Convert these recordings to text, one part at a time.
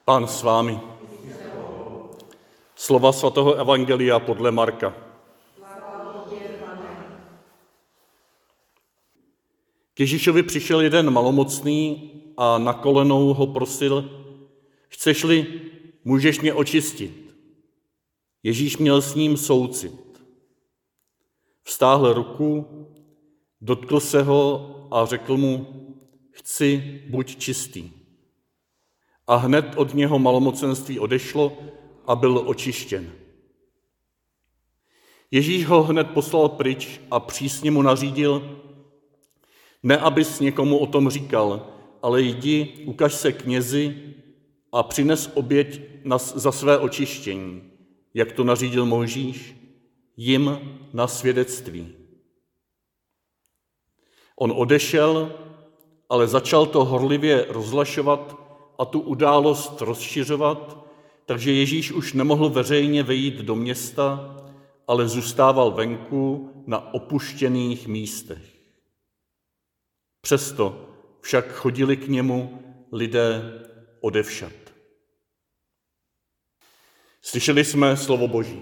Pán s vámi. Slova svatého evangelia podle Marka. K Ježíšovi přišel jeden malomocný a na kolenou ho prosil: Chceš-li, můžeš mě očistit. Ježíš měl s ním soucit. Vztáhl ruku, dotkl se ho a řekl mu: Chci, buď čistý. A hned od něho malomocenství odešlo a byl očištěn. Ježíš ho hned poslal pryč a přísně mu nařídil: Ne, abys někomu o tom říkal, ale jdi, ukaž se knězi a přines oběť za své očištění, jak to nařídil Mojžíš, jim na svědectví. On odešel, ale začal to horlivě rozhlašovat a tu událost rozšiřovat, takže Ježíš už nemohl veřejně vejít do města, ale zůstával venku na opuštěných místech. Přesto však chodili k němu lidé odevšad. Slyšeli jsme slovo Boží.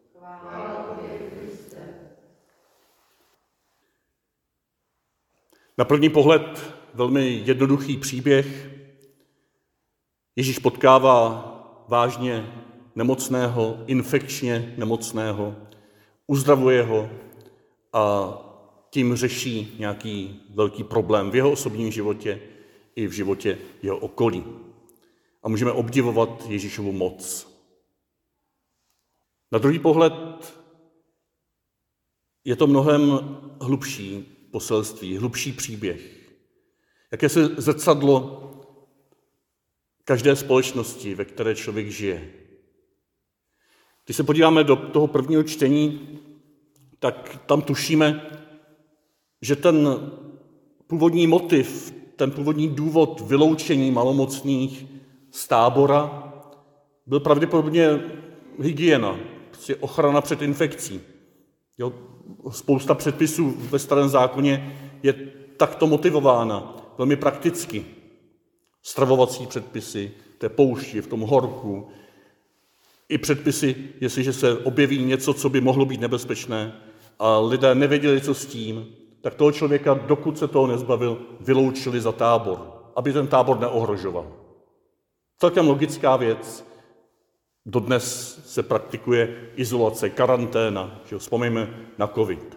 Na první pohled velmi jednoduchý příběh. Ježíš potkává vážně nemocného, infekčně nemocného, uzdravuje ho a tím řeší nějaký velký problém v jeho osobním životě i v životě jeho okolí. A můžeme obdivovat Ježíšovu moc. Na druhý pohled je to mnohem hlubší poselství, hlubší příběh. Jaké se zrcadlo každé společnosti, ve které člověk žije. Když se podíváme do toho prvního čtení, tak tam tušíme, že ten původní motiv, ten původní důvod vyloučení malomocných z tábora byl pravděpodobně hygiena, prostě ochrana před infekcí. Jo, spousta předpisů ve Starém zákoně je takto motivována, velmi prakticky. Stravovací předpisy, té poušti, v tom horku, i předpisy, jestliže se objeví něco, co by mohlo být nebezpečné a lidé nevěděli, co s tím, tak toho člověka, dokud se toho nezbavil, vyloučili za tábor, aby ten tábor neohrožoval. Celkem logická věc. Dodnes se praktikuje izolace, karanténa, že vzpomeňme na covid.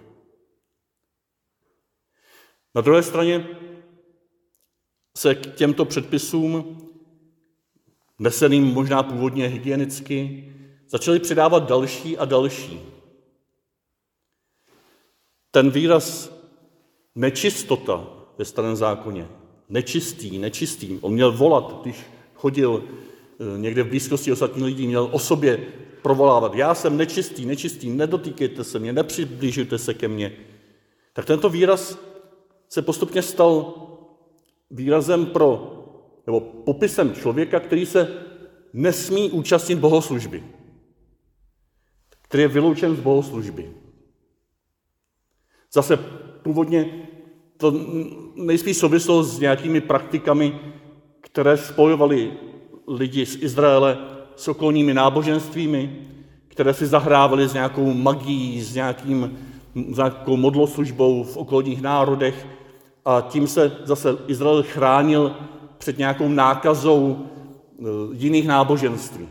Na druhé straně se k těmto předpisům, neseným možná původně hygienicky, začaly přidávat další a další. Ten výraz nečistota ve Starém zákoně, nečistý, on měl volat, když chodil někde v blízkosti ostatních lidí, měl o sobě provolávat: Já jsem nečistý, nedotýkejte se mě, nepřiblížujte se ke mně. Tak tento výraz se postupně stal výrazem nebo popisem člověka, který se nesmí účastnit bohoslužby, který je vyloučen z bohoslužby. Zase původně to nejspíš souvislo s nějakými praktikami, které spojovaly lidi z Izraele s okolními náboženstvími, které si zahrávali s nějakou magií, s nějakou modloslužbou v okolních národech, a tím se zase Izrael chránil před nějakou nákazou jiných náboženství.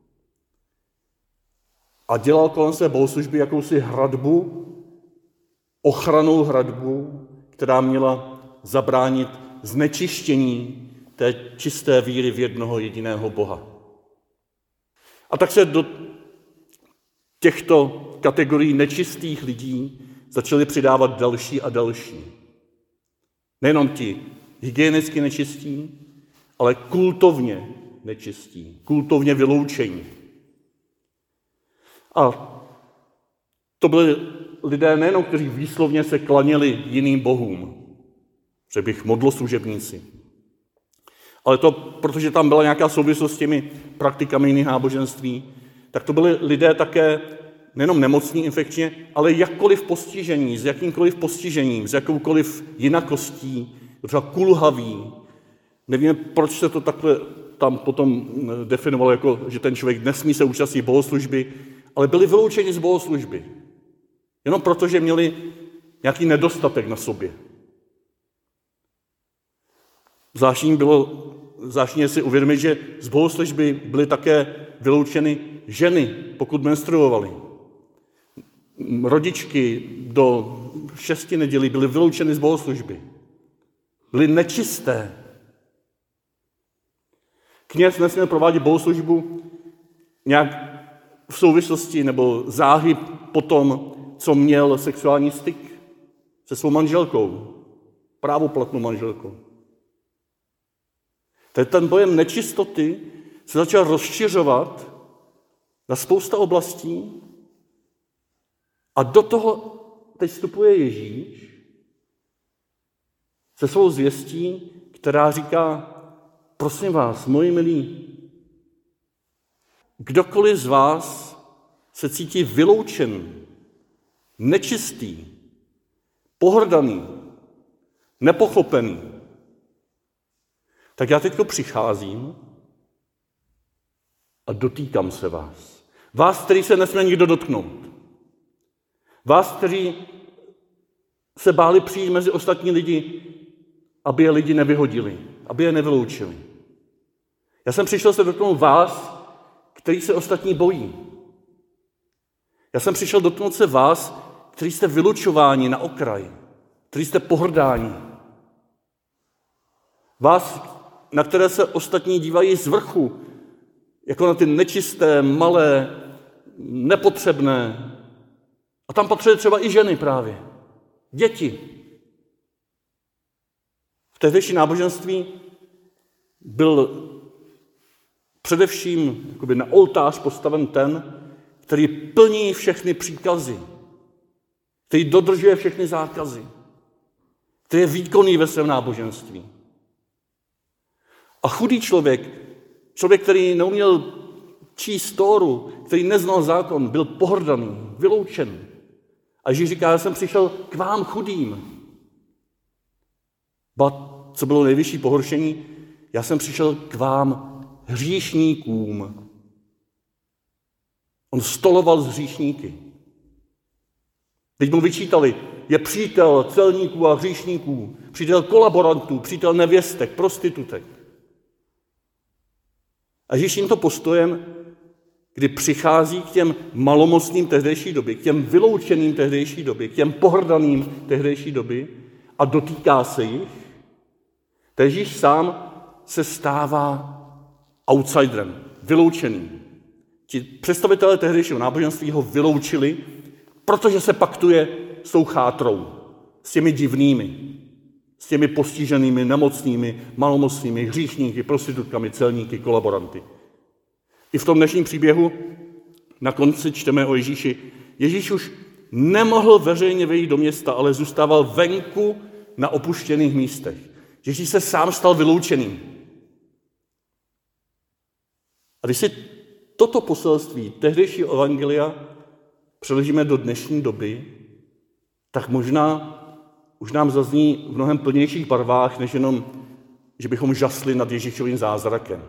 A dělal kolem své bohoslužby jakousi hradbu, ochrannou hradbu, která měla zabránit znečištění té čisté víry v jednoho jediného Boha. A tak se do těchto kategorií nečistých lidí začaly přidávat další a další. Nejenom ti hygienicky nečistí, ale kultovně nečistí, kultovně vyloučení. A to byli lidé nejenom, kteří výslovně se klaněli jiným bohům, že bych modloslužebníci, ale to, protože tam byla nějaká souvislost s těmi praktikami jiných náboženství, tak to byli lidé také nejenom nemocní infekčně, ale jakkoliv postižení, s jakýmkoliv postižením, s jakoukoliv jinakostí, třeba kulhaví. Nevíme, proč se to takhle tam potom definovalo jako, že ten člověk nesmí se účastnit bohoslužby, ale byli vyloučeni z bohoslužby. Jenom proto, že měli nějaký nedostatek na sobě. Zvláštní si uvědomit, že z bohoslužby byly také vyloučeny ženy, pokud menstruovaly. Rodičky do 6 nedělí byly vyloučeny z bohoslužby. Byly nečisté. Kněz nesměl provádět bohoslužbu nějak v souvislosti nebo záhy po tom, co měl sexuální styk se svou manželkou, právoplatnou manželkou. Ten pojem nečistoty se začal rozšiřovat na spousta oblastí a do toho teď vstupuje Ježíš se svou zvěstí, která říká: prosím vás, moji milí, kdokoliv z vás se cítí vyloučen, nečistý, pohrdaný, nepochopený, tak já teďko přicházím a dotýkám se vás. Vás, který se nesmí nikdo dotknout. Vás, kteří se báli přijít mezi ostatní lidi, aby je lidi nevyhodili, aby je nevyloučili. Já jsem přišel se dotknout vás, který se ostatní bojí. Já jsem přišel dotknout se vás, kteří jste vylučováni na okraj, kteří jste pohrdáni. Vás, na které se ostatní dívají z vrchu, jako na ty nečisté, malé, nepotřebné. A tam patřily třeba i ženy právě, děti. V tehdejší náboženství byl především na oltář postaven ten, který plní všechny příkazy, který dodržuje všechny zákazy, který je výkonný ve svém náboženství. A chudý člověk, který neuměl číst Tóru, který neznal zákon, byl pohrdaný, vyloučen. A Ježíš říká: já jsem přišel k vám chudým. Ba, co bylo nejvyšší pohoršení, já jsem přišel k vám hříšníkům. On stoloval s hříšníky. Teď mu vyčítali, je přítel celníků a hříšníků, přítel kolaborantů, přítel nevěstek, prostitutek. A Ježíš tímto postojem, kdy přichází k těm malomocným tehdejší doby, k těm vyloučeným tehdejší doby, k těm pohrdaným tehdejší doby a dotýká se jich, tak Ježíš sám se stává outsiderem, vyloučeným. Ti představitelé tehdejšího náboženství ho vyloučili, protože se paktuje s tou chátrou, s těmi divnými, s těmi postiženými, nemocnými, malomocnými, hříšníky, prostitutkami, celníky, kolaboranty. I v tom dnešním příběhu na konci čteme o Ježíši. Ježíš už nemohl veřejně vejít do města, ale zůstával venku na opuštěných místech. Ježíš se sám stal vyloučeným. A když si toto poselství tehdejšího evangelia přeložíme do dnešní doby, tak možná už nám zazní v mnohem plnějších barvách, než jenom, že bychom žasli nad Ježíšovým zázrakem.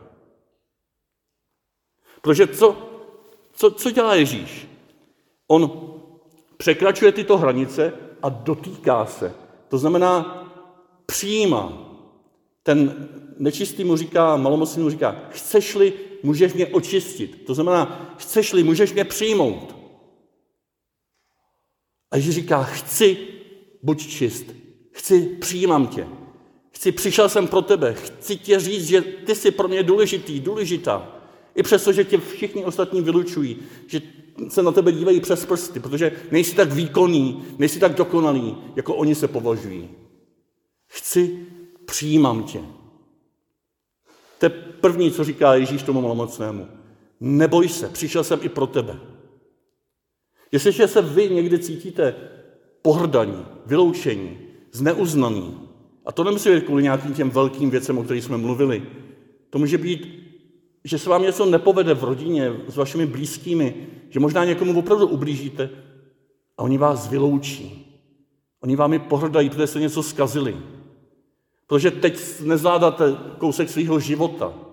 Protože co dělá Ježíš? On překračuje tyto hranice a dotýká se. To znamená přijímá. Ten nečistý mu říká, malomocný mu říká: chceš-li, můžeš mě očistit. To znamená, chceš-li, můžeš mě přijmout. A Ježíš říká: chci, buď čist. Chci, přijímám tě. Chci, přišel jsem pro tebe. Chci tě říct, že ty jsi pro mě důležitá. I přesto, že tě všichni ostatní vylučují, že se na tebe dívají přes prsty, protože nejsi tak výkonný, nejsi tak dokonalý, jako oni se považují. Chci, přijímám tě. To je první, co říká Ježíš tomu malomocnému. Neboj se, přišel jsem i pro tebe. Jestliže se vy někdy cítíte pohrdaní, vyloučení, zneuznaní, a to nemusí být kvůli nějakým těm velkým věcem, o kterých jsme mluvili, to může být, že se vám něco nepovede v rodině, s vašimi blízkými, že možná někomu opravdu ublížíte a oni vás vyloučí. Oni vámi pohrdají, protože jste něco zkazili. Protože teď nezvládáte kousek svého života.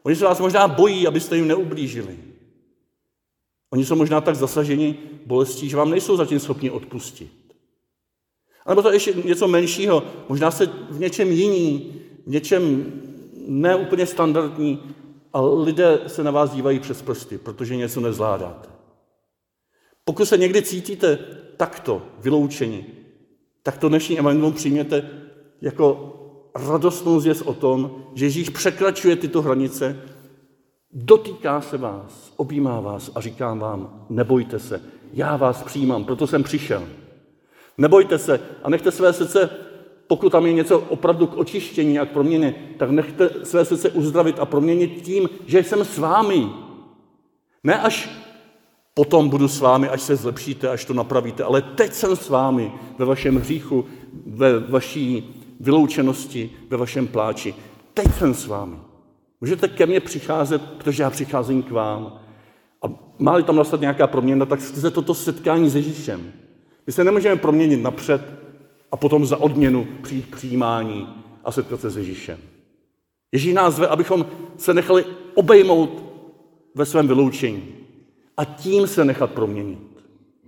Oni se vás možná bojí, abyste jim neublížili. Oni jsou možná tak zasaženi bolestí, že vám nejsou zatím schopni odpustit. A nebo to ještě něco menšího, možná se v něčem jiný, v něčem neúplně standardní, a lidé se na vás dívají přes prsty, protože něco nezvládáte. Pokud se někdy cítíte takto vyloučeni, tak to dnešní evangelium přijměte jako radostnou zvěst o tom, že Ježíš překračuje tyto hranice, dotýká se vás, objímá vás a říká vám, nebojte se, já vás přijímám, proto jsem přišel. Nebojte se a nechte své srdce, pokud tam je něco opravdu k očištění a k proměně, tak nechte své srdce uzdravit a proměnit tím, že jsem s vámi. Ne až potom budu s vámi, až se zlepšíte, až to napravíte, ale teď jsem s vámi ve vašem hříchu, ve vaší vyloučenosti, ve vašem pláči. Teď jsem s vámi. Můžete ke mně přicházet, protože já přicházím k vám. A má-li tam nastat nějaká proměna, tak skrze toto setkání s Ježíšem. My se nemůžeme proměnit napřed a potom za odměnu přijít k přijímání a setkat se s Ježíšem. Ježíš nás zve, abychom se nechali obejmout ve svém vyloučení a tím se nechat proměnit.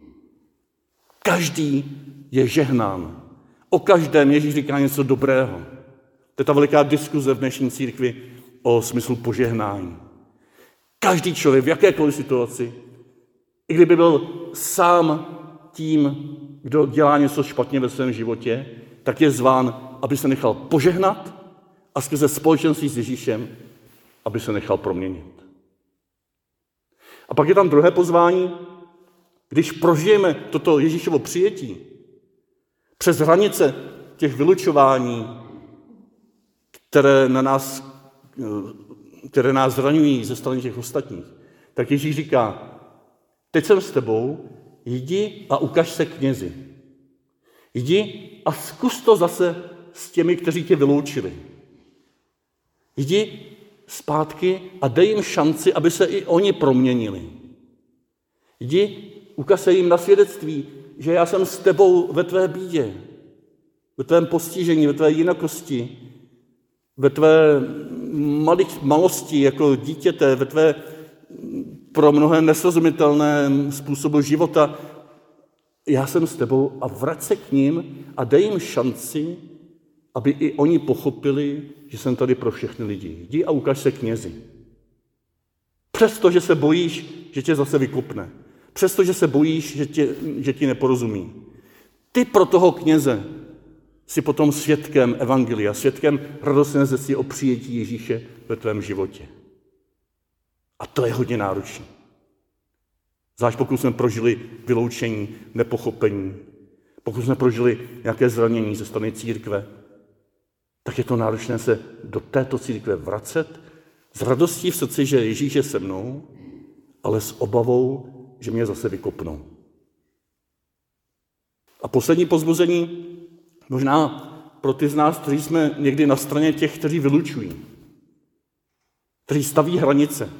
Každý je žehnán. O každém Ježíš říká něco dobrého. To je ta veliká diskuze v dnešní církvi o smyslu požehnání. Každý člověk v jakékoliv situaci, i kdyby byl sám tím, kdo dělá něco špatně ve svém životě, tak je zván, aby se nechal požehnat a skrze společenství s Ježíšem, aby se nechal proměnit. A pak je tam druhé pozvání, když prožijeme toto Ježíšovo přijetí přes hranice těch vylučování, které nás zraňují ze strany těch ostatních, tak Ježíš říká, teď jsem s tebou, jdi a ukaž se knězi. Jdi a zkus to zase s těmi, kteří tě vyloučili. Jdi zpátky a dej jim šanci, aby se i oni proměnili. Jdi, ukaž se jim na svědectví, že já jsem s tebou ve tvé bídě, ve tvém postižení, ve tvé jinakosti, ve tvé malosti jako dítěte, ve tvé pro mnohé nesrozumitelném způsobu života. Já jsem s tebou a vrať se k ním a dej jim šanci, aby i oni pochopili, že jsem tady pro všechny lidi. Jdi a ukaž se knězi. Přestože se bojíš, že tě zase vykopne. Přestože se bojíš, že ti neporozumí. Ty pro toho kněze jsi potom svědkem evangelia, svědkem radostné zvěsti o přijetí Ježíše ve tvém životě. A to je hodně náročné. Zvlášť pokud jsme prožili vyloučení, nepochopení, pokud jsme prožili nějaké zranění ze strany církve, tak je to náročné se do této církve vracet s radostí v srdci, že Ježíš je se mnou, ale s obavou, že mě zase vykopnou. A poslední povzbuzení, možná pro ty z nás, kteří jsme někdy na straně těch, kteří vylučují, kteří staví hranice.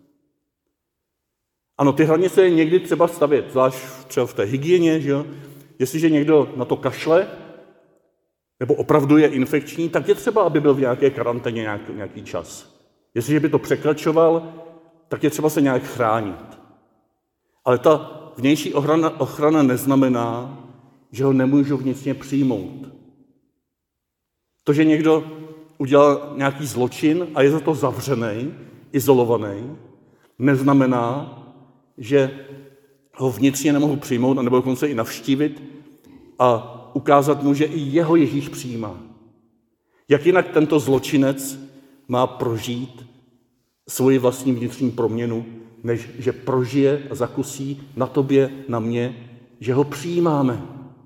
Ano, ty hranice je někdy třeba stavět, zvlášť třeba v té hygieně, že jo? Jestliže někdo na to kašle, nebo opravdu je infekční, tak je třeba, aby byl v nějaké karanténě nějaký čas. Jestliže by to překračoval, tak je třeba se nějak chránit. Ale ta vnější ochrana neznamená, že ho nemůžu vnitřně přijmout. To, že někdo udělal nějaký zločin a je za to zavřený, izolovaný, neznamená, že ho vnitřně nemohu přijmout, anebo dokonce i navštívit a ukázat mu, že i jeho Ježíš přijímá. Jak jinak tento zločinec má prožít svoji vlastní vnitřní proměnu, než že prožije a zakusí na tobě, na mě, že ho přijímáme.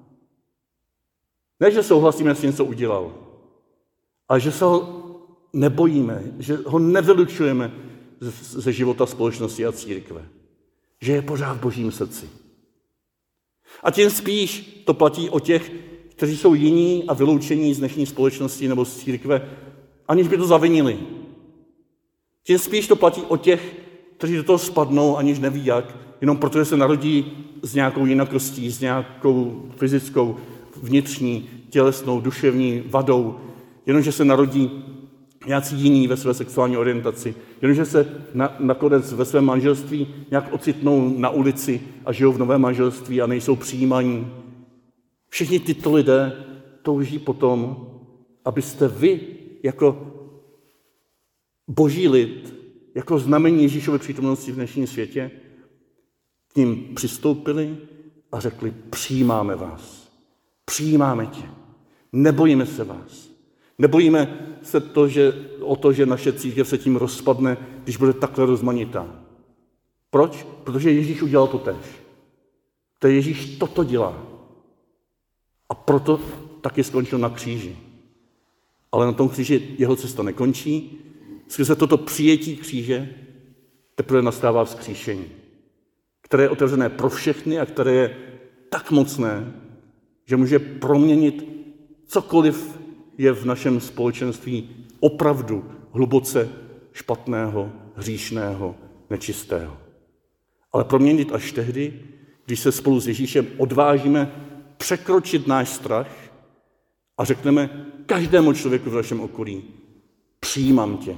Ne, že souhlasíme, že něco udělal, ale že se ho nebojíme, že ho nevylučujeme ze života společnosti a církve. Že je pořád v Božím srdci. A tím spíš to platí o těch, kteří jsou jiní a vyloučení z dnešní společnosti nebo z církve, aniž by to zavinili. Tím spíš to platí o těch, kteří do toho spadnou, aniž neví jak, jenom protože se narodí s nějakou jinakostí, s nějakou fyzickou, vnitřní, tělesnou, duševní vadou, jenomže se narodí nějací jiní ve své sexuální orientaci, jenomže se nakonec ve svém manželství nějak ocitnou na ulici a žijou v novém manželství a nejsou přijímaní. Všichni tyto lidé touží potom, abyste vy jako boží lid, jako znamení Ježíšovy přítomnosti v dnešním světě, k ním přistoupili a řekli, přijímáme vás, přijímáme tě, nebojíme se vás, nebojíme se o to, že naše církev se tím rozpadne, když bude takhle rozmanitá. Proč? Protože Ježíš udělal to též. To Ježíš toto dělá. A proto taky skončil na kříži. Ale na tom kříži jeho cesta nekončí. Skrze toto přijetí kříže teprve nastává vzkříšení, které je otevřené pro všechny a které je tak mocné, že může proměnit cokoliv je v našem společenství opravdu hluboce špatného, hříšného, nečistého. Ale proměnit až tehdy, když se spolu s Ježíšem odvážíme překročit náš strach a řekneme každému člověku v našem okolí, přijímám tě,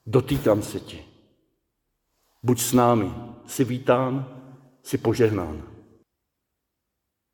dotýkám se tě, buď s námi, jsi vítán, jsi požehnán.